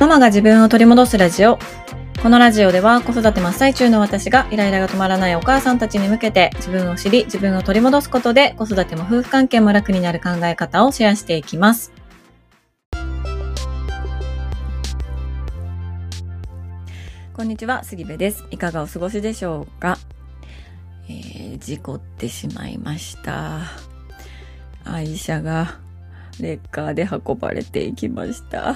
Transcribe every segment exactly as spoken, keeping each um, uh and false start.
ママが自分を取り戻すラジオ。このラジオでは子育て真っ最中の私がイライラが止まらないお母さんたちに向けて自分を知り、自分を取り戻すことで子育ても夫婦関係も楽になる考え方をシェアしていきます。こんにちは、杉部です。いかがお過ごしでしょうか。えー、事故ってしまいました。愛車がレッカーで運ばれていきました。はい、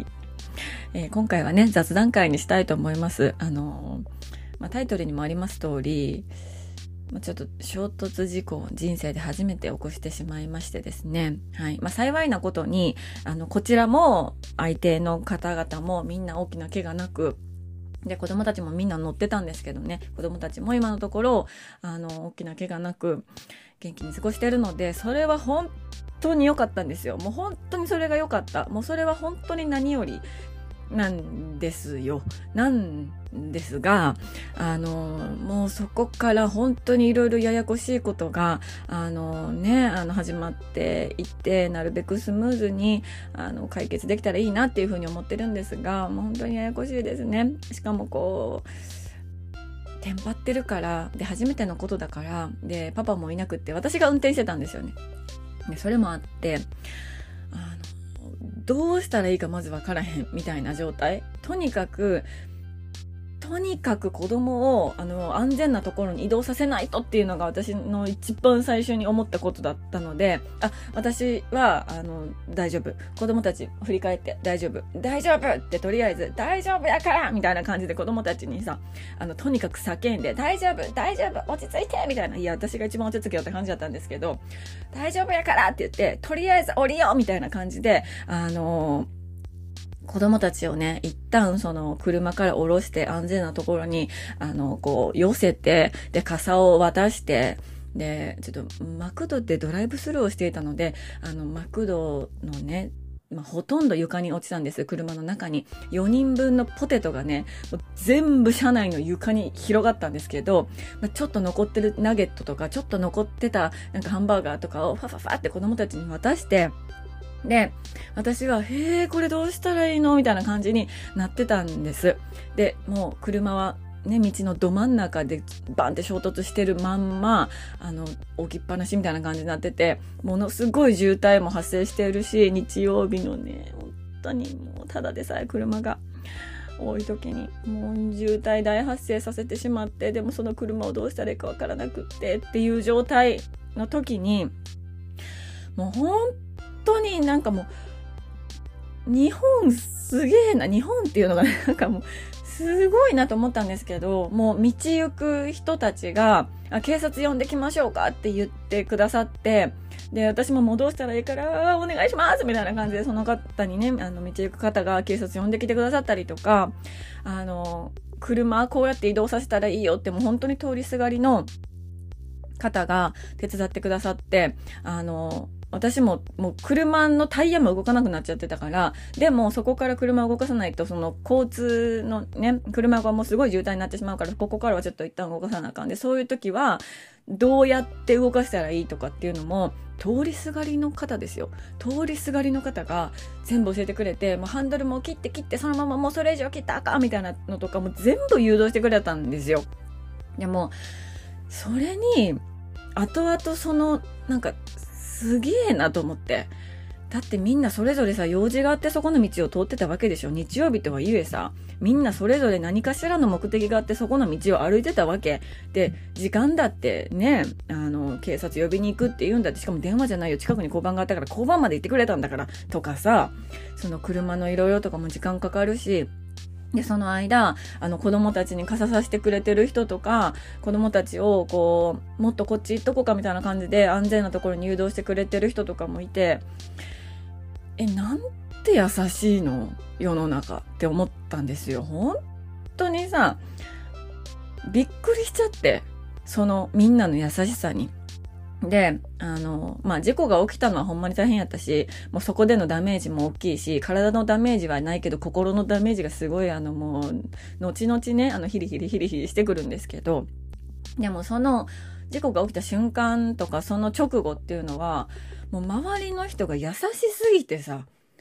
えー、今回はね雑談会にしたいと思います。あのーまあ、タイトルにもあります通り、まあ、ちょっと衝突事故を人生で初めて起こしてしまいましてですね、はいまあ、幸いなことにあのこちらも相手の方々もみんな大きな怪我なくで子供たちもみんな乗ってたんですけどね、子供たちも今のところあの大きな怪我なく元気に過ごしてるので、それは本当に良かったんですよ。もう本当にそれが良かった。もうそれは本当に何よりなんですよ。なんですが、あのもうそこから本当にいろいろややこしいことがあのねあの始まっていって、なるべくスムーズにあの解決できたらいいなっていうふうに思ってるんですが、もう本当にややこしいですね。しかもこうテンパってるからで、初めてのことだからで、パパもいなくって私が運転してたんですよね。でそれもあってあのどうしたらいいかまず分からへんみたいな状態。とにかくとにかく子供をあの安全なところに移動させないとっていうのが私の一番最初に思ったことだったので、あ、私はあの大丈夫、子供たち振り返って大丈夫大丈夫ってとりあえず大丈夫やからみたいな感じで子供たちにさあのとにかく叫んで大丈夫大丈夫落ち着いてみたいな、いや私が一番落ち着けよって感じだったんですけど、大丈夫やからって言ってとりあえず降りようみたいな感じであの子供たちをね一旦その車から降ろして安全なところにあのこう寄せて、で傘を渡して、でちょっとマクドでドライブスルーをしていたのであのマクドのねまあ、ほとんど床に落ちたんです。車の中によにんぶんのポテトがねもう全部車内の床に広がったんですけど、まあ、ちょっと残ってるナゲットとかちょっと残ってたなんかハンバーガーとかをファファファって子供たちに渡して、で私はへえこれどうしたらいいのみたいな感じになってたんです。でもう車はね道のど真ん中でバンって衝突してるまんまあの置きっぱなしみたいな感じになってて、ものすごい渋滞も発生しているし、日曜日のね本当にもうただでさえ車が多い時にもう渋滞大発生させてしまって、でもその車をどうしたらいいかわからなくってっていう状態の時に、もう本当になんかもう日本すげえな、日本っていうのがねなんかもうすごいなと思ったんですけど、もう道行く人たちがあ警察呼んできましょうかって言ってくださって、で私ももうどうしたらいいからお願いしますみたいな感じでその方にねあの道行く方が警察呼んできてくださったりとか、あの車こうやって移動させたらいいよってもう本当に通りすがりの方が手伝ってくださって、あの私ももう車のタイヤも動かなくなっちゃってたから、でもそこから車を動かさないとその交通のね車がもうすごい渋滞になってしまうから、ここからはちょっと一旦動かさなあかんで、そういう時はどうやって動かしたらいいとかっていうのも通りすがりの方ですよ、通りすがりの方が全部教えてくれて、もうハンドルも切って切ってそのままもうそれ以上切ったらあかんみたいなのとかも全部誘導してくれたんですよ。でもそれに後々そのなんかすげえなと思って、だってみんなそれぞれさ用事があってそこの道を通ってたわけでしょ。日曜日とはいえさみんなそれぞれ何かしらの目的があってそこの道を歩いてたわけで、時間だってねあの警察呼びに行くって言うんだって、しかも電話じゃないよ、近くに交番があったから交番まで行ってくれたんだからとかさ、その車のいろいろとかも時間かかるし、でその間あの子供たちに傘させてくれてる人とか、子供たちをこうもっとこっち行っとこうかみたいな感じで安全なところに誘導してくれてる人とかもいて、えなんて優しいの世の中って思ったんですよ。本当にさびっくりしちゃって、そのみんなの優しさに。で、あの、まあ、事故が起きたのはほんまに大変やったし、もうそこでのダメージも大きいし、体のダメージはないけど、心のダメージがすごい、あの、もう、後々ね、あの、ヒリヒリヒリヒリしてくるんですけど、でもその、事故が起きた瞬間とか、その直後っていうのは、もう周りの人が優しすぎてさ、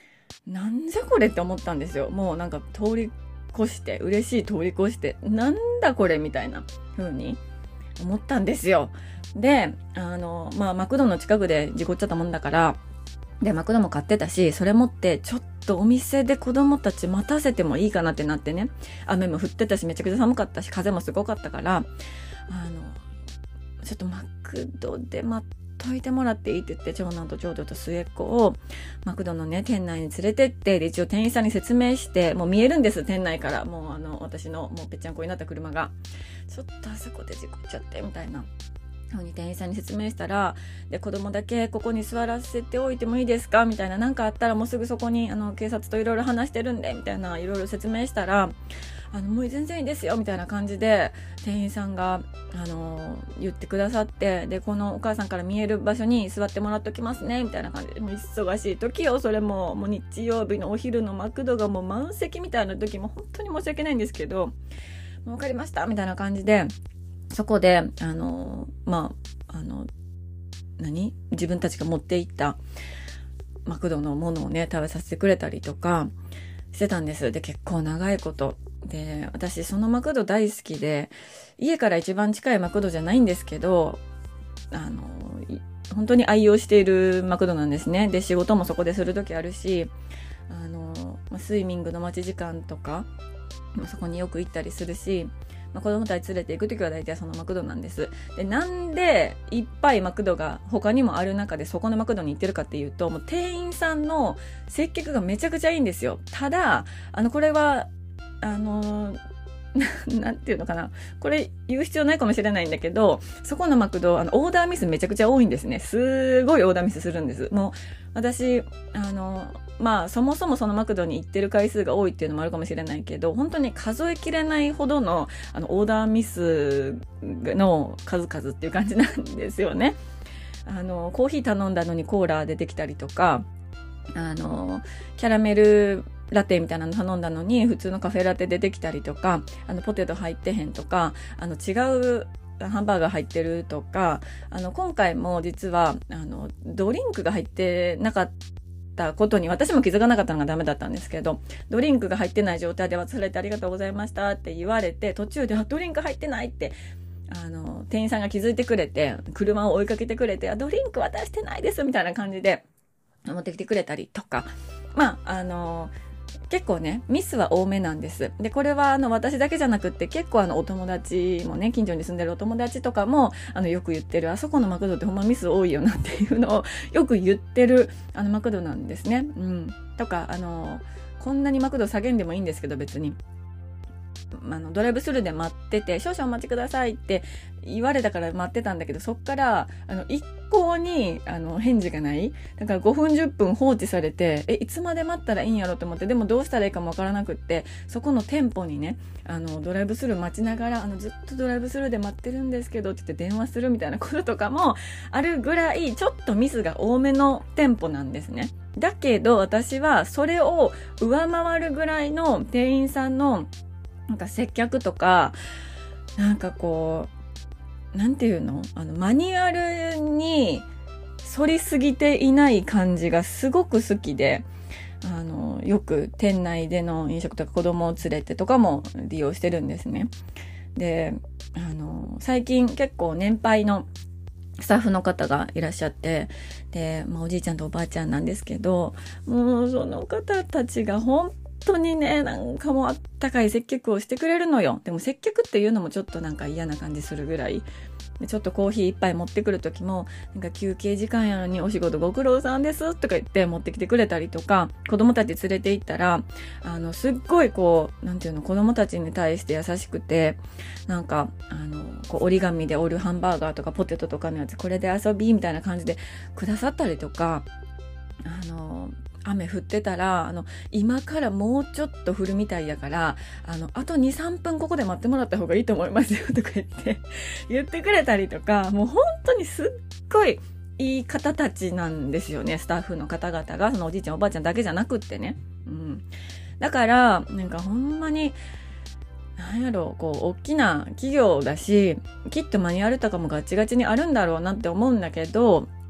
なんじゃこれって思ったんですよ。もうなんか通り越して、嬉しい通り越して、なんだこれみたいな風に思ったんですよ。で、あの、まあ、マクドの近くで事故っちゃったもんだから、で、マクドも買ってたし、それ持ってちょっとお店で子供たち待たせてもいいかなってなってね、雨も降ってたし、めちゃくちゃ寒かったし、風もすごかったから、あの、ちょっとマクドで待っといてもらっていいって言って、長男と長女と末っ子をマクドのね、店内に連れてって、で、一応店員さんに説明して、もう見えるんです、店内から。もうあの、私のもうぺっちゃんこになった車が、ちょっとあそこで事故っちゃって、みたいな。に店員さんに説明したら、で、子供だけここに座らせておいてもいいですかみたいな、なんかあったらもうすぐそこにあの警察といろいろ話してるんでみたいないろいろ説明したら、あのもう全然いいですよみたいな感じで店員さんがあの言ってくださって、でこのお母さんから見える場所に座ってもらっときますねみたいな感じで、もう忙しい時よそれももう日曜日のお昼のマクドがもう満席みたいな時も本当に申し訳ないんですけど、もう分かりましたみたいな感じで、そこで、あの、まあ、あの、何?自分たちが持っていったマクドのものをね、食べさせてくれたりとかしてたんです。で、結構長いこと。で、私そのマクド大好きで、家から一番近いマクドじゃないんですけど、あの、本当に愛用しているマクドなんですね。で、仕事もそこでするときあるし、あの、スイミングの待ち時間とか、そこによく行ったりするし、まあ、子供たち連れて行くときは大体そのマクドなんです。で、なんでいっぱいマクドが他にもある中でそこのマクドに行ってるかっていうと、もう店員さんの接客がめちゃくちゃいいんですよ。ただ、あの、これは、あの、なんていうのかな。これ言う必要ないかもしれないんだけど、そこのマクド、あの、オーダーミスめちゃくちゃ多いんですね。すごいオーダーミスするんです。もう、私、あの、まあそもそもそのマクドに行ってる回数が多いっていうのもあるかもしれないけど、本当に数えきれないほどのあのオーダーミスの数々っていう感じなんですよね。あのコーヒー頼んだのにコーラ出てきたりとか、あのキャラメルラテみたいなの頼んだのに普通のカフェラテ出てきたりとか、あのポテト入ってへんとか、あの違うハンバーガー入ってるとか、あの今回も実はあのドリンクが入ってなかったことに私も気づかなかったのがダメだったんですけど、ドリンクが入ってない状態で渡されてありがとうございましたって言われて、途中であドリンク入ってないってあの店員さんが気づいてくれて、車を追いかけてくれて、あドリンク渡してないですみたいな感じで持ってきてくれたりとか、まああの結構ねミスは多めなんです。でこれはあの私だけじゃなくって結構あのお友達もね、近所に住んでるお友達とかもあのよく言ってる、あそこのマクドってほんまミス多いよなっていうのをよく言ってるあのマクドなんですね。うん。とかあのこんなにマクド下げんでもいいんですけど、別にあのドライブスルーで待ってて少々お待ちくださいって言われたから待ってたんだけど、そっからあの一向にあの返事がない。だからごふんじゅっぷん放置されて、えいつまで待ったらいいんやろと思って、でもどうしたらいいかもわからなくって、そこの店舗にねあのドライブスルー待ちながら、あのずっとドライブスルーで待ってるんですけどって言って電話するみたいなこととかもあるぐらいちょっとミスが多めの店舗なんですね。だけど私はそれを上回るぐらいの店員さんのなんか接客とか、なんかこうなんていうの、あのマニュアルに反りすぎていない感じがすごく好きで、あのよく店内での飲食とか子供を連れてとかも利用してるんですね。で、あの最近結構年配のスタッフの方がいらっしゃって、で、まあ、おじいちゃんとおばあちゃんなんですけど、もうその方たちが本当にね、なんかもうあったかい接客をしてくれるのよ。でも接客っていうのもちょっとなんか嫌な感じするぐらい。でちょっとコーヒー一杯持ってくる時も、なんか休憩時間やのにお仕事ご苦労さんですとか言って持ってきてくれたりとか、子供たち連れて行ったら、あの、すっごいこう、なんていうの、子供たちに対して優しくて、なんか、あの、こう折り紙で折るハンバーガーとかポテトとかのやつ、これで遊びみたいな感じでくださったりとか、あの、雨降ってたら、あの、今からもうちょっと降るみたいだから、あの、あとに、さんぷんここで待ってもらった方がいいと思いますよとか言って、言ってくれたりとか、もう本当にすっごいいい方たちなんですよね、スタッフの方々が、そのおじいちゃんおばあちゃんだけじゃなくってね。うん。だから、なんかほんまに、なんやろう、こう、大きな企業だし、きっとマニュアルとかもガチガチにあるんだろうなって思うんだけど、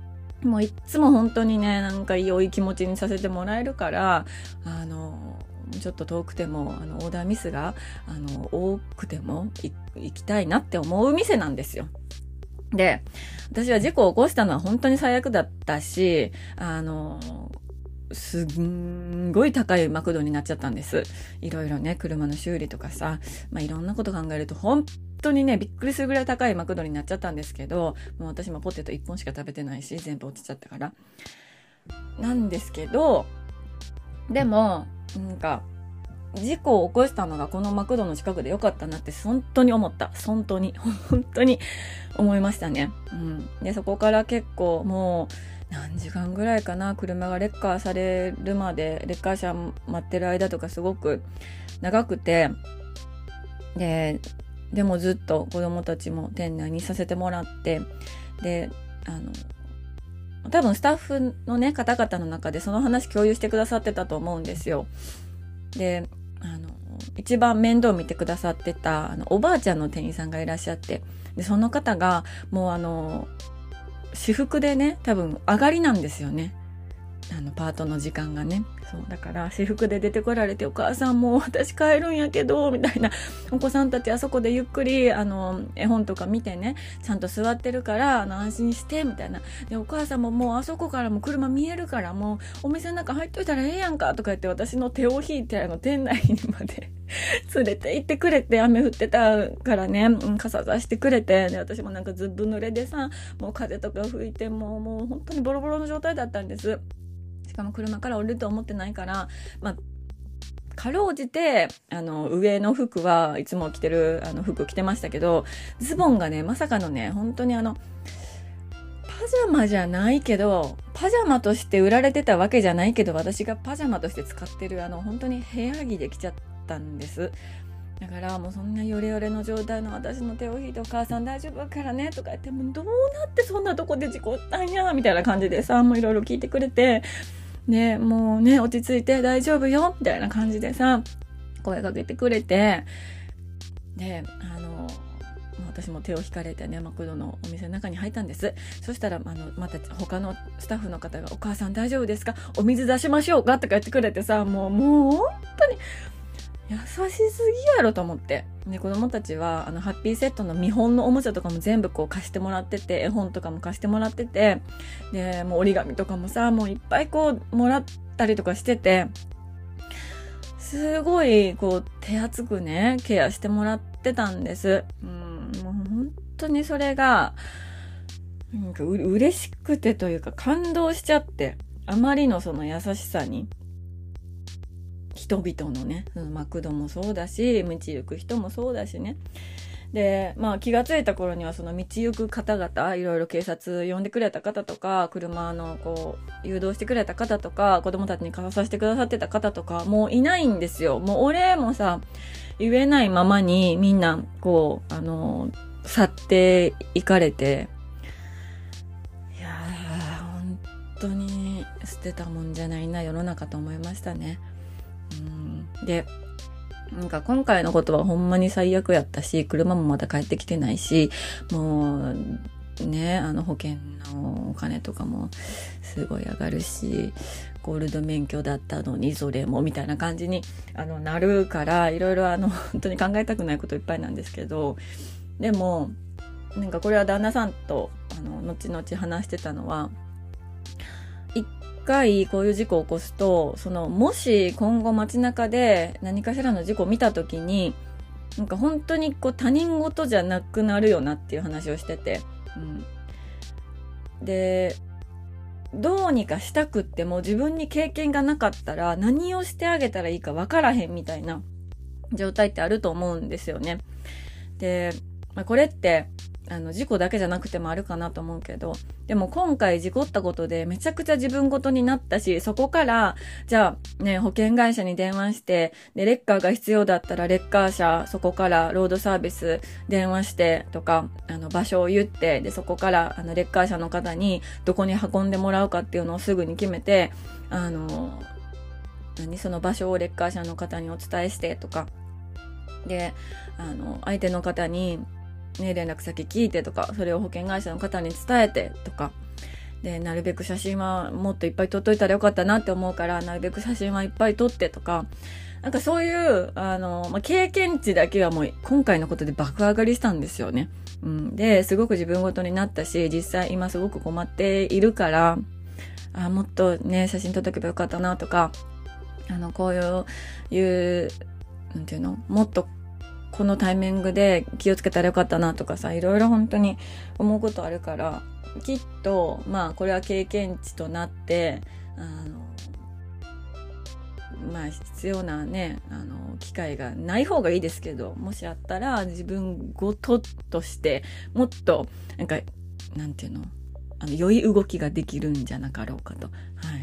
もういっつも本当にね、なんか良い気持ちにさせてもらえるから、あの、ちょっと遠くても、あの、オーダーミスが、あの、多くても行きたいなって思う店なんですよ。で、私は事故を起こしたのは本当に最悪だったし、あの、すんごい高いマクドになっちゃったんです。いろいろね、車の修理とかさ、まあ、いろんなこと考えると本当にね、びっくりするぐらい高いマクドになっちゃったんですけど、もう私もポテトいっぽんしか食べてないし、全部落ちちゃったから。なんですけど、でも、なんか、事故を起こしたのがこのマクドの近くでよかったなって本当に思った。本当に、本当に思いましたね。うん。で、そこから結構もう何時間ぐらいかな、車がレッカーされるまで、レッカー車待ってる間とかすごく長くて、で、でもずっと子供たちも店内にさせてもらって、で、あの、多分スタッフのね、方々の中でその話共有してくださってたと思うんですよ。で、あの、一番面倒見てくださってた、あの、おばあちゃんの店員さんがいらっしゃって、で、その方が、もうあの、私服でね、多分上がりなんですよね。あの、パートの時間がね。そう、だから、私服で出てこられて、お母さんもう私帰るんやけど、みたいな。お子さんたちあそこでゆっくり、あの、絵本とか見てね、ちゃんと座ってるから、あの、安心して、みたいな。で、お母さんももうあそこからも車見えるから、もうお店の中入っといたらええやんか、とか言って私の手を引いて、あの、店内にまで連れて行ってくれて、雨降ってたからね、うん、傘さしてくれて、で、私もなんかずぶ濡れでさ、もう風とか吹いて、もう、もう本当にボロボロの状態だったんです。しかも車から降りると思ってないから、まあ、かろうじて、あの、上の服はいつも着てる、あの、服着てましたけど、ズボンがね、まさかのね、本当にあの、パジャマじゃないけど、パジャマとして売られてたわけじゃないけど、私がパジャマとして使ってる、あの、本当に部屋着で着ちゃったんです。だからもうそんなヨレヨレの状態の私の手を引いて、お母さん大丈夫からねとか言って、もうどうなってそんなとこで事故ったんやみたいな感じでさ、もういろいろ聞いてくれて、ね、もうね、落ち着いて大丈夫よみたいな感じでさ、声かけてくれて、で、あの、私も手を引かれてね、マクドのお店の中に入ったんです。そしたら、あの、また他のスタッフの方が、お母さん大丈夫ですか？お水出しましょうか？とか言ってくれてさ、もう、もう本当に優しすぎやろと思って。で、子供たちは、あの、ハッピーセットの見本のおもちゃとかも全部こう貸してもらってて、絵本とかも貸してもらってて、で、もう折り紙とかもさ、もういっぱいこう、もらったりとかしてて、すごい、こう、手厚くね、ケアしてもらってたんです。うん、もう本当にそれが、なんかう嬉しくてというか感動しちゃって、あまりのその優しさに、人々のね、マクドもそうだし、道行く人もそうだしね。で、まあ気がついた頃にはその道行く方々、いろいろ警察呼んでくれた方とか、車のこう、誘導してくれた方とか、子供たちに傘させてくださってた方とか、もういないんですよ。もうお礼もさ、言えないままにみんな、こう、あの、去っていかれて、いやー、本当に捨てたもんじゃないな世の中と思いましたね。うん、で、なんか今回のことはほんまに最悪やったし、車もまだ帰ってきてないし、もうね、あの保険のお金とかもすごい上がるし、ゴールド免許だったのにそれもみたいな感じにあのなるから、いろいろあの本当に考えたくないこといっぱいなんですけど、でもなんかこれは旦那さんとあの後々話してたのは、一回こういう事故を起こすと、そのもし今後街中で何かしらの事故を見た時に、なんか本当にこう他人事じゃなくなるよなっていう話をしてて、うん、でどうにかしたくっても自分に経験がなかったら何をしてあげたらいいか分からへんみたいな状態ってあると思うんですよね。で、まあ、これってあの事故だけじゃなくてもあるかなと思うけど、でも今回事故ったことでめちゃくちゃ自分ごとになったし、そこからじゃあね、保険会社に電話して、でレッカーが必要だったらレッカー車、そこからロードサービス電話してとか、あの場所を言って、でそこからあのレッカー車の方にどこに運んでもらうかっていうのをすぐに決めて、あの何その場所をレッカー車の方にお伝えしてとかで、あの相手の方にね、連絡先聞いてとか、それを保険会社の方に伝えてとか、 で、なるべく写真はもっといっぱい撮っといたらよかったなって思うから、なるべく写真はいっぱい撮ってとか、なんかそういう、あの、まあ、経験値だけはもう今回のことで爆上がりしたんですよね。うん。で、すごく自分ごとになったし、実際今すごく困っているから、あ、もっとね、写真撮っとけばよかったなとか、あの、こういう、いう、なんていうの、もっとこのタイミングで気をつけたらよかったなとかさ、いろいろ本当に思うことあるから、きっと、まあ、これは経験値となって、あの、まあ、必要なね、あの、機会がない方がいいですけど、もしあったら自分ごととして、もっと、なんか、なんていうの、あの、良い動きができるんじゃなかろうかと、はい、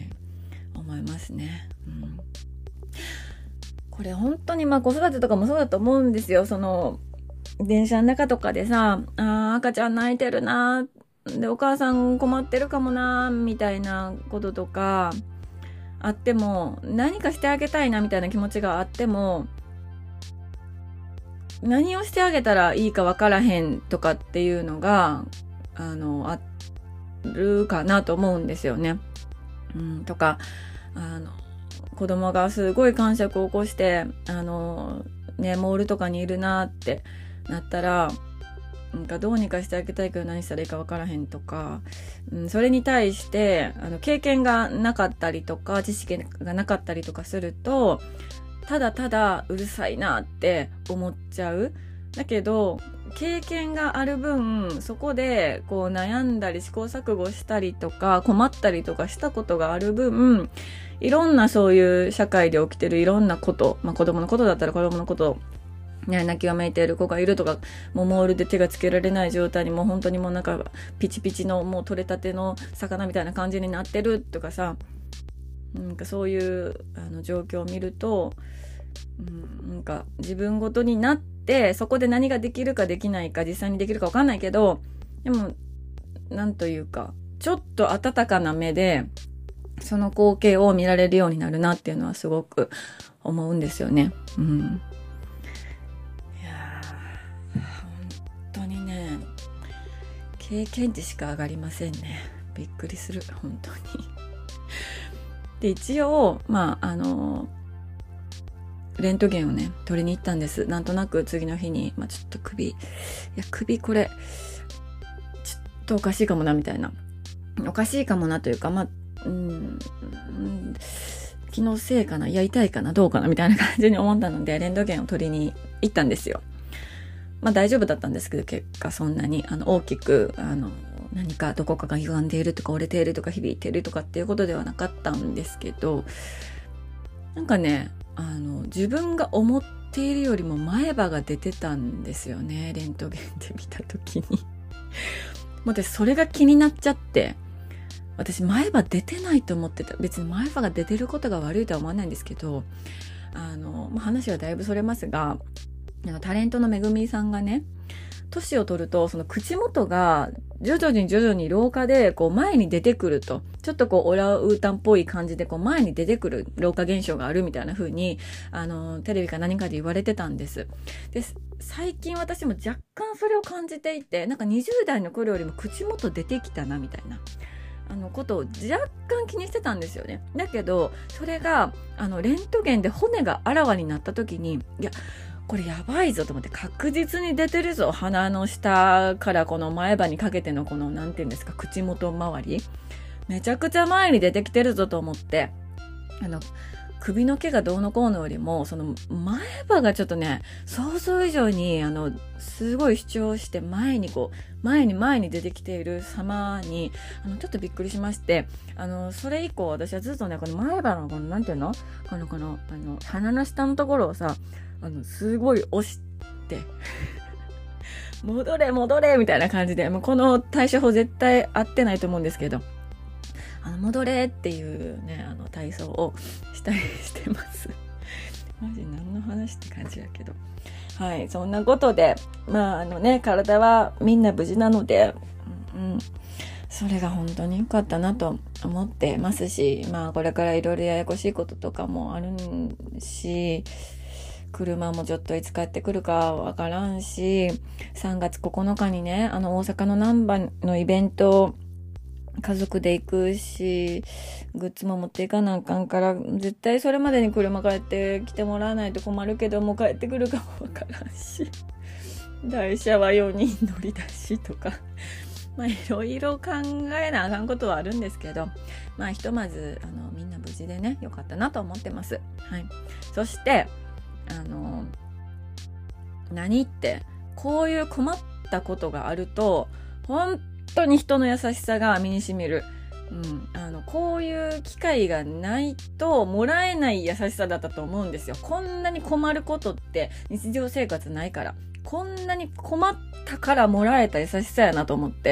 思いますね。うん。これ本当にまあ子育てとかもそうだと思うんですよ。その、電車の中とかでさ、あー赤ちゃん泣いてるな、で、お母さん困ってるかもな、みたいなこととか、あっても、何かしてあげたいな、みたいな気持ちがあっても、何をしてあげたらいいかわからへんとかっていうのが、あの、あるかなと思うんですよね。うん、とか、あの、子供がすごい癇癪を起こして、あの、ね、モールとかにいるなってなったら、なんかどうにかしてあげたいけど何したらいいか分からへんとか、うん、それに対してあの経験がなかったりとか知識がなかったりとかすると、ただただうるさいなって思っちゃう。だけど経験がある分、そこでこう悩んだり試行錯誤したりとか困ったりとかしたことがある分、いろんなそういう社会で起きてるいろんなこと、まあ子供のことだったら子供のことね、泣きわめいている子がいるとか、もうモールで手がつけられない状態にもう本当にもうなんかピチピチのもう取れたての魚みたいな感じになってるとかさ、なんかそういうあの状況を見ると、うん、なんか自分ごとになってそこで何ができるかできないか実際にできるか分かんないけど、でもなんというかちょっと温かな目でその光景を見られるようになるなっていうのはすごく思うんですよね。うん。本当にね、経験値しか上がりませんね。びっくりする、本当に。で、一応、まあ、あの、レントゲンをね、取りに行ったんです。なんとなく次の日に、まあ、ちょっと首、いや、首これ、ちょっとおかしいかもな、みたいな。おかしいかもなというか、まあ、うん、うん、気のせいかな、いや、痛いかな、どうかな、みたいな感じに思ったので、レントゲンを取りに行ったんですよ。まあ大丈夫だったんですけど、結果そんなにあの大きくあの何かどこかが歪んでいるとか折れているとか響いているとかっていうことではなかったんですけど、なんかね、あの自分が思っているよりも前歯が出てたんですよね、レントゲンで見た時に。もう私それが気になっちゃって、私前歯出てないと思ってた。別に前歯が出てることが悪いとは思わないんですけど、あの、まあ、話はだいぶそれますが、タレントのめぐみさんがね、年を取るとその口元が徐々に徐々に老化でこう前に出てくると、ちょっとこうオランウータンっぽい感じでこう前に出てくる老化現象があるみたいな風にあのテレビか何かで言われてたんです。で、最近私も若干それを感じていて、なんかにじゅう代の頃よりも口元出てきたなみたいなあのことを若干気にしてたんですよね。だけどそれがあのレントゲンで骨があらわになった時に、いやこれやばいぞと思って、確実に出てるぞ、鼻の下からこの前歯にかけてのこのなんていうんですか、口元周りめちゃくちゃ前に出てきてるぞと思って、あの首の毛がどうのこうのよりもその前歯がちょっとね想像以上にあのすごい主張して前にこう前に前に出てきている様にあのちょっとびっくりしまして、あのそれ以降私はずっとねこの前歯のこのなんていうのこのこのあの鼻の下のところをさあのすごい押して戻れ戻れみたいな感じで、もうこの対処法絶対合ってないと思うんですけど、あの戻れっていうねあの体操をしたりしてます。マジ何の話って感じだけど、はい、そんなことでまああのね体はみんな無事なので、うん、うん、それが本当に良かったなと思ってますし、まあこれからいろいろややこしいこととかもあるし、車もちょっといつ帰ってくるかわからんし、さんがつここのかにねあの大阪の難波のイベント家族で行くし、グッズも持っていかなあかんから、絶対それまでに車帰ってきてもらわないと困るけど、もう帰ってくるかもわからんし、台車はよにん乗りだしとか、まあいろいろ考えなあかんことはあるんですけど、まあひとまずあのみんな無事でね、よかったなと思ってます。はい。そしてあの何ってこういう困ったことがあると本当に人の優しさが身にしみる。うん、あのこういう機会がないともらえない優しさだったと思うんですよ。こんなに困ることって日常生活ないから、こんなに困ったからもらえた優しさやなと思って、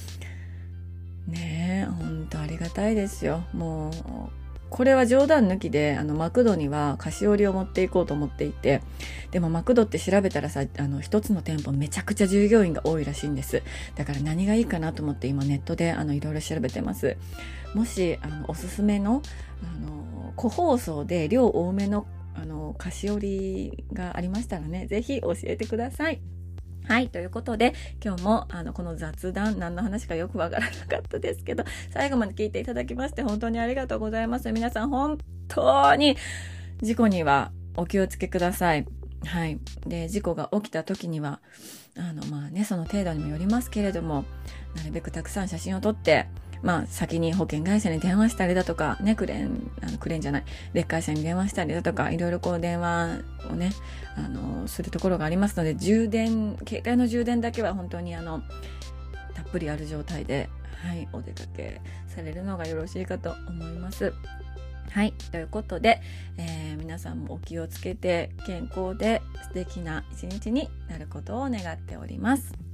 ねえ、本当ありがたいですよ。もうこれは冗談抜きで、あのマクドには菓子折りを持っていこうと思っていて、でもマクドって調べたらさ、あの一つの店舗めちゃくちゃ従業員が多いらしいんです。だから何がいいかなと思って今ネットであのいろいろ調べてます。もしあのおすすめのあの個包装で量多めのあの菓子折りがありましたらね、ぜひ教えてください。はい。ということで、今日も、あの、この雑談、何の話かよくわからなかったですけど、最後まで聞いていただきまして、本当にありがとうございます。皆さん、本当に、事故にはお気をつけください。はい。で、事故が起きた時には、あの、まあね、その程度にもよりますけれども、なるべくたくさん写真を撮って、まあ、先に保険会社に電話したりだとか、ね、クレーン、あのクレーンじゃない、レッカー車に電話したりだとか、いろいろこう電話をね、あの、するところがありますので、充電、携帯の充電だけは本当にあの、たっぷりある状態で、はい、お出かけされるのがよろしいかと思います。はい。ということで、えー、皆さんもお気をつけて、健康で素敵な一日になることを願っております。